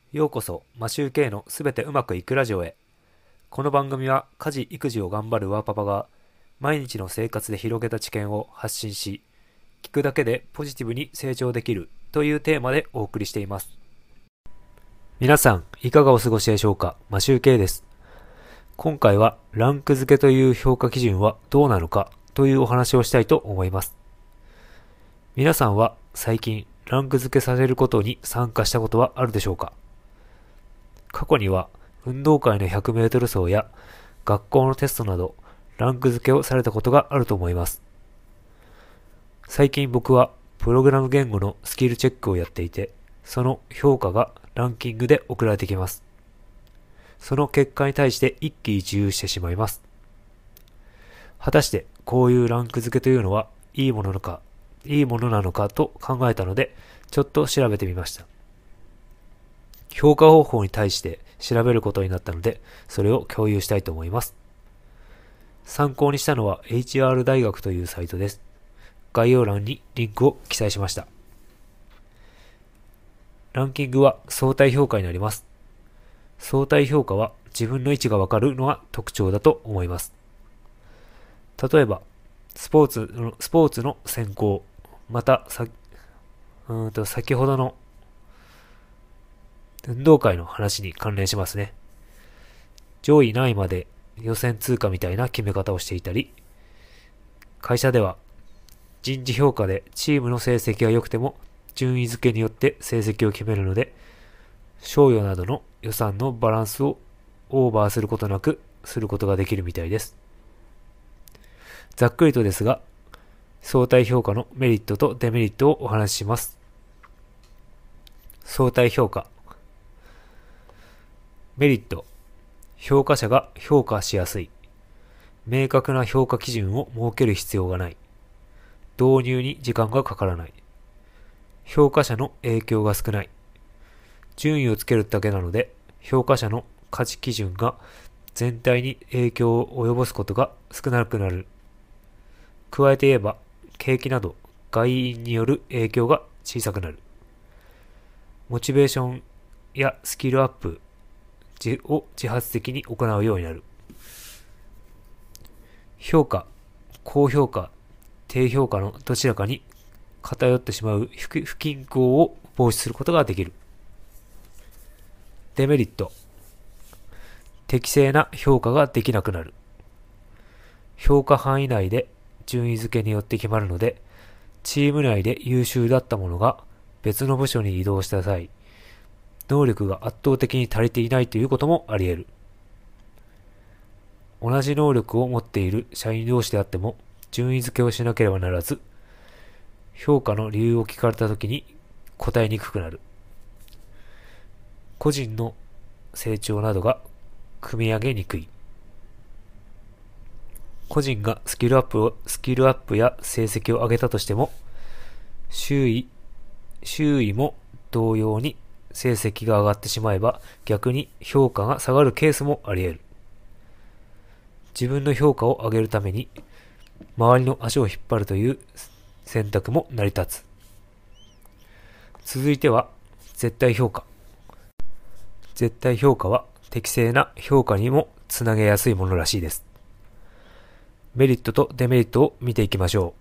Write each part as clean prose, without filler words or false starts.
ようこそマシューケイのすべてうまくいくラジオへ。この番組は家事育児を頑張るワーパパが毎日の生活で広げた知見を発信し、聞くだけでポジティブに成長できるというテーマでお送りしています。皆さんいかがお過ごしでしょうか。マシューケイです。今回はランク付けという評価基準はどうなのかというお話をしたいと思います。皆さんは最近ランク付けされることに参加したことはあるでしょうか。過去には運動会の100メートル走や学校のテストなどランク付けをされたことがあると思います。最近僕はプログラム言語のスキルチェックをやっていて、その評価がランキングで送られてきます。その結果に対して一喜一憂してしまいます。果たしてこういうランク付けというのはいいものなのかと考えたので、ちょっと調べてみました。評価方法に対して調べることになったので、それを共有したいと思います。参考にしたのは HR 大学というサイトです。概要欄にリンクを記載しました。ランキングは相対評価になります。相対評価は自分の位置がわかるのが特徴だと思います。例えば、スポーツの選考、また先ほどの運動会の話に関連しますね。上位何位まで予選通過みたいな決め方をしていたり、会社では人事評価でチームの成績が良くても順位付けによって成績を決めるので、賞与などの予算のバランスをオーバーすることなくすることができるみたいです。ざっくりとですが、相対評価のメリットとデメリットをお話しします。相対評価。メリット。評価者が評価しやすい。明確な評価基準を設ける必要がない。導入に時間がかからない。評価者の影響が少ない。順位をつけるだけなので、評価者の価値基準が全体に影響を及ぼすことが少なくなる。加えて言えば、景気など外因による影響が小さくなる。モチベーションやスキルアップを自発的に行うようになる。評価、高評価、低評価のどちらかに偏ってしまう不均衡を防止することができる。デメリット、適正な評価ができなくなる。評価範囲内で順位付けによって決まるので、チーム内で優秀だったものが別の部署に移動した際、能力が圧倒的に足りていないということもあり得る。同じ能力を持っている社員同士であっても順位付けをしなければならず、評価の理由を聞かれたときに答えにくくなる。個人の成長などが組み上げにくい。個人がスキルアップや成績を上げたとしても、周囲も同様に成績が上がってしまえば逆に評価が下がるケースもあり得る。自分の評価を上げるために周りの足を引っ張るという選択も成り立つ。続いては絶対評価。絶対評価は適正な評価にもつなげやすいものらしいです。メリットとデメリットを見ていきましょ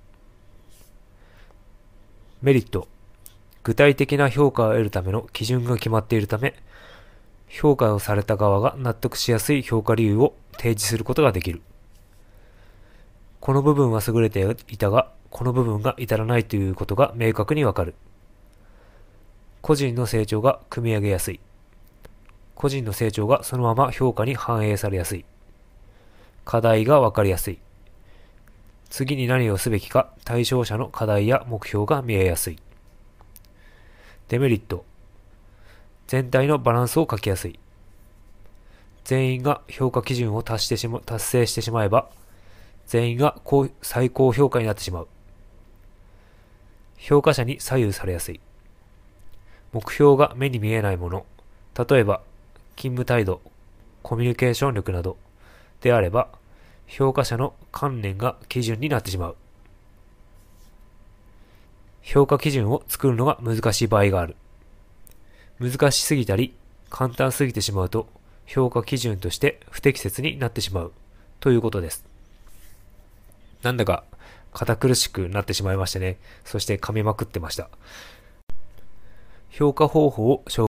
う。メリット。具体的な評価を得るための基準が決まっているため、評価をされた側が納得しやすい評価理由を提示することができる。この部分は優れていたが、この部分が至らないということが明確にわかる。個人の成長が組み上げやすい。個人の成長がそのまま評価に反映されやすい。課題がわかりやすい。次に何をすべきか対象者の課題や目標が見えやすい。デメリット。全体のバランスを欠きやすい。全員が評価基準を達成してしまえば、全員が最高評価になってしまう。評価者に左右されやすい。目標が目に見えないもの、例えば勤務態度、コミュニケーション力などであれば、評価者の観念が基準になってしまう。評価基準を作るのが難しい場合がある。難しすぎたり、 簡単すぎてしまうと評価基準として不適切になってしまうということです。なんだか堅苦しくなってしまいましてね。そして噛みまくってました。評価方法を紹